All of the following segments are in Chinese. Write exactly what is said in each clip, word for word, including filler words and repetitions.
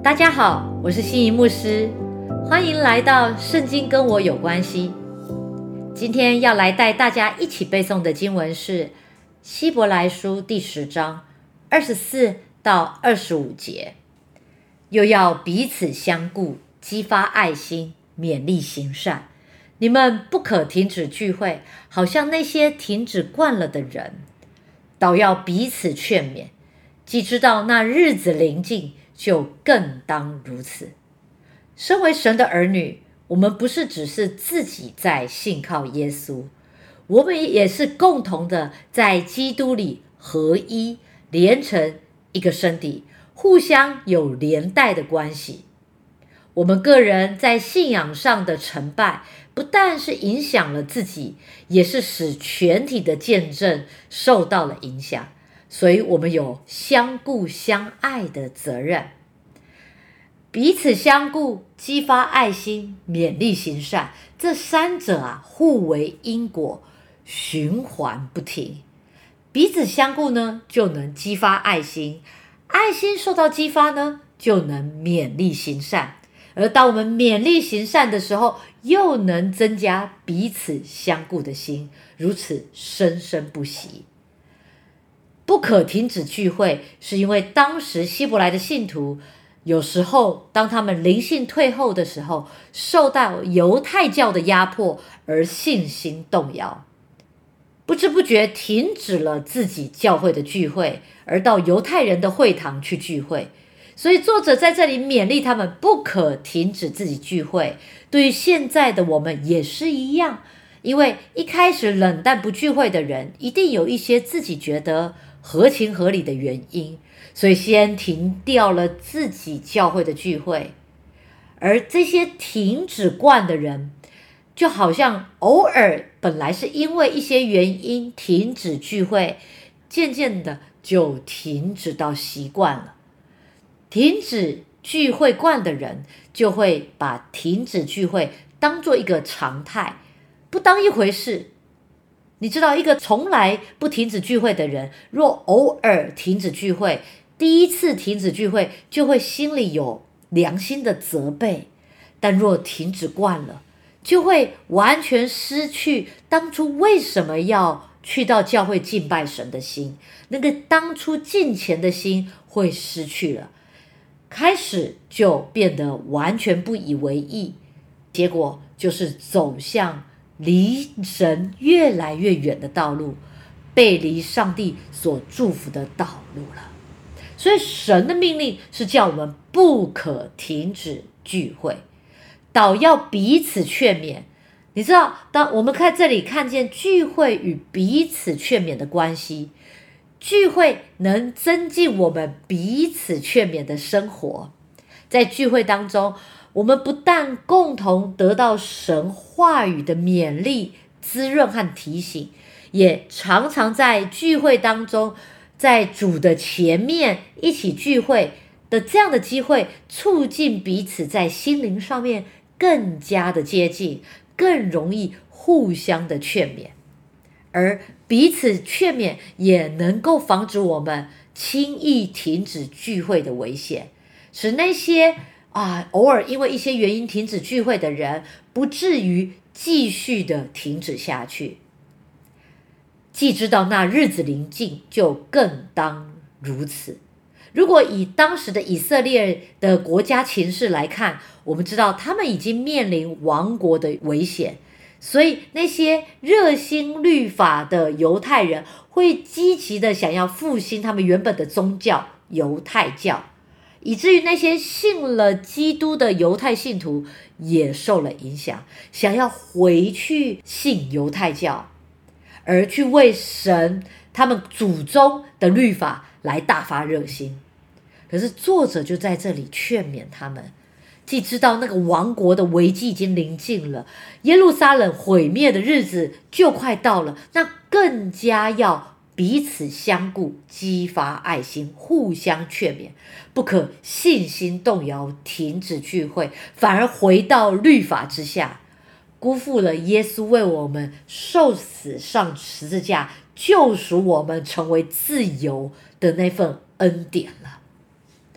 大家好，我是心怡牧师，欢迎来到圣经跟我有关系。今天要来带大家一起背诵的经文是希伯来书第十章二十四到二十五节，又要彼此相顾，激发爱心，勉励行善。你们不可停止聚会，好像那些停止惯了的人，倒要彼此劝勉，既知道那日子临近，就更当如此。身为神的儿女，我们不是只是自己在信靠耶稣，我们也是共同的在基督里合一，连成一个身体，互相有连带的关系。我们个人在信仰上的成败，不但是影响了自己，也是使全体的见证受到了影响，所以我们有相顾相爱的责任。彼此相顾，激发爱心，勉励行善，这三者啊，互为因果，循环不停。彼此相顾呢，就能激发爱心，爱心受到激发呢，就能勉励行善。而当我们勉励行善的时候，又能增加彼此相顾的心，如此生生不息。不可停止聚会，是因为当时希伯来的信徒，有时候当他们灵性退后的时候，受到犹太教的压迫而信心动摇，不知不觉停止了自己教会的聚会，而到犹太人的会堂去聚会。所以作者在这里勉励他们不可停止自己聚会。对于现在的我们也是一样，因为一开始冷淡不聚会的人，一定有一些自己觉得合情合理的原因，所以先停掉了自己教会的聚会。而这些停止惯的人，就好像偶尔本来是因为一些原因停止聚会，渐渐的就停止到习惯了。停止聚会惯的人，就会把停止聚会当作一个常态，不当一回事。你知道，一个从来不停止聚会的人，若偶尔停止聚会，第一次停止聚会，就会心里有良心的责备。但若停止惯了，就会完全失去当初为什么要去到教会敬拜神的心，那个当初敬虔的心会失去了。开始就变得完全不以为意，结果就是走向离神越来越远的道路，背离上帝所祝福的道路了。所以神的命令是叫我们不可停止聚会，倒要彼此劝勉。你知道，当我们看这里看见聚会与彼此劝勉的关系，聚会能增进我们彼此劝勉的生活。在聚会当中，我们不但共同得到神话语的勉励、滋润和提醒，也常常在聚会当中，在主的前面一起聚会的这样的机会，促进彼此在心灵上面更加的接近，更容易互相的劝勉。而彼此劝勉也能够防止我们轻易停止聚会的危险，使那些啊偶尔因为一些原因停止聚会的人，不至于继续的停止下去。既知道那日子临近，就更当如此。如果以当时的以色列的国家情势来看，我们知道他们已经面临亡国的危险，所以那些热心律法的犹太人会积极的想要复兴他们原本的宗教犹太教，以至于那些信了基督的犹太信徒也受了影响，想要回去信犹太教，而去为神他们祖宗的律法来大发热心。可是作者就在这里劝勉他们，既知道那个亡国的危机已经临近了，耶路撒冷毁灭的日子就快到了，那更加要彼此相顾，激发爱心，互相劝勉，不可信心动摇，停止聚会，反而回到律法之下，辜负了耶稣为我们受死上十字架，救赎我们成为自由的那份恩典了。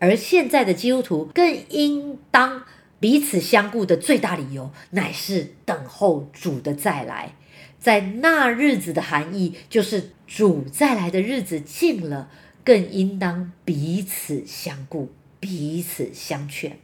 而现在的基督徒更应当彼此相顾的最大理由，乃是等候主的再来。在那日子的含义，就是主再来的日子近了，更应当彼此相顾，彼此相劝。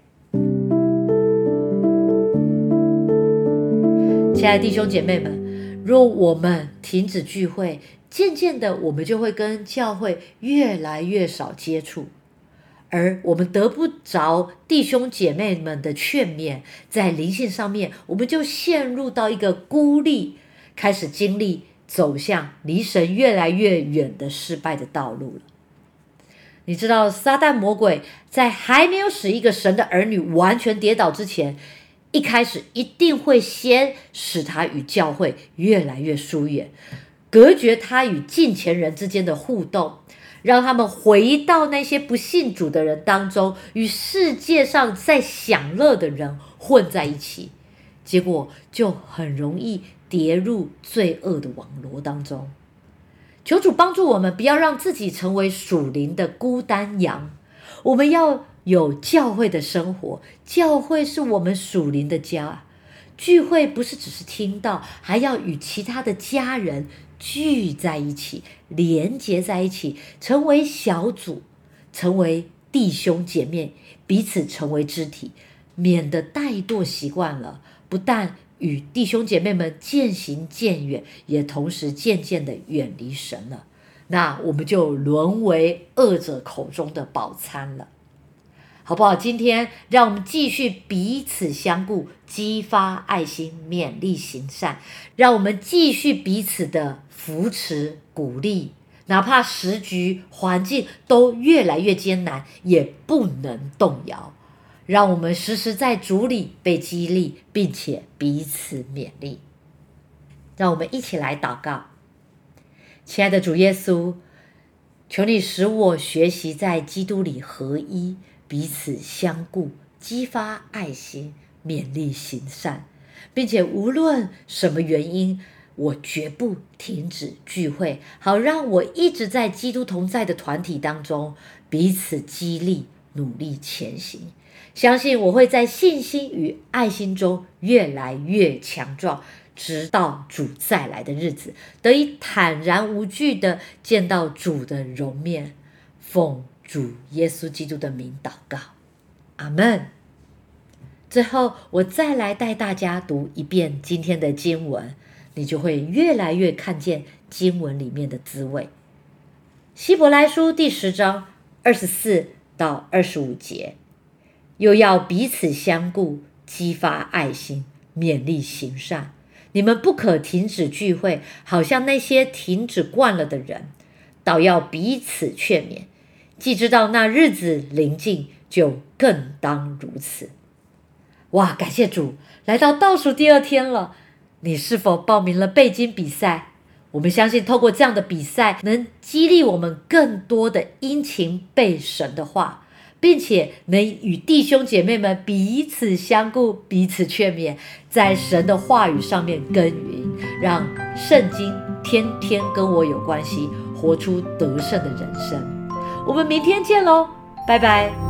亲爱的弟兄姐妹们，若我们停止聚会，渐渐的我们就会跟教会越来越少接触，而我们得不着弟兄姐妹们的劝勉，在灵性上面我们就陷入到一个孤立，开始经历走向离神越来越远的失败的道路了。你知道撒旦魔鬼在还没有使一个神的儿女完全跌倒之前，一开始一定会先使他与教会越来越疏远，隔绝他与近前人之间的互动，让他们回到那些不信主的人当中，与世界上在享乐的人混在一起，结果就很容易跌入罪恶的网罗当中。求主帮助我们，不要让自己成为属灵的孤单羊，我们要有教会的生活，教会是我们属灵的家。聚会不是只是听到，还要与其他的家人聚在一起，连结在一起，成为小组，成为弟兄姐妹，彼此成为肢体，免得怠惰习惯了，不但与弟兄姐妹们渐行渐远，也同时渐渐的远离神了，那我们就沦为恶者口中的饱餐了。好不好？今天让我们继续彼此相顾，激发爱心，勉励行善，让我们继续彼此的扶持鼓励，哪怕时局环境都越来越艰难，也不能动摇，让我们时时在主里被激励，并且彼此勉励。让我们一起来祷告。亲爱的主耶稣，求你使我学习在基督里合一，彼此相顾，激发爱心，勉励行善，并且无论什么原因，我绝不停止聚会，好让我一直在基督同在的团体当中彼此激励，努力前行。相信我会在信心与爱心中越来越强壮，直到主再来的日子，得以坦然无惧地见到主的容面。奉主耶稣基督的名祷告，阿们。最后我再来带大家读一遍今天的经文，你就会越来越看见经文里面的滋味。希伯来书第十章二十四到二十五节，又要彼此相顾，激发爱心，勉励行善。你们不可停止聚会，好像那些停止惯了的人，倒要彼此劝勉。既知道那日子临近，就更当如此。哇，感谢主，来到倒数第二天了，你是否报名了背经比赛？我们相信透过这样的比赛，能激励我们更多的殷勤背神的话，并且能与弟兄姐妹们彼此相顾，彼此劝勉，在神的话语上面耕耘，让圣经天天跟我有关系，活出得胜的人生。我们明天见喽，拜拜。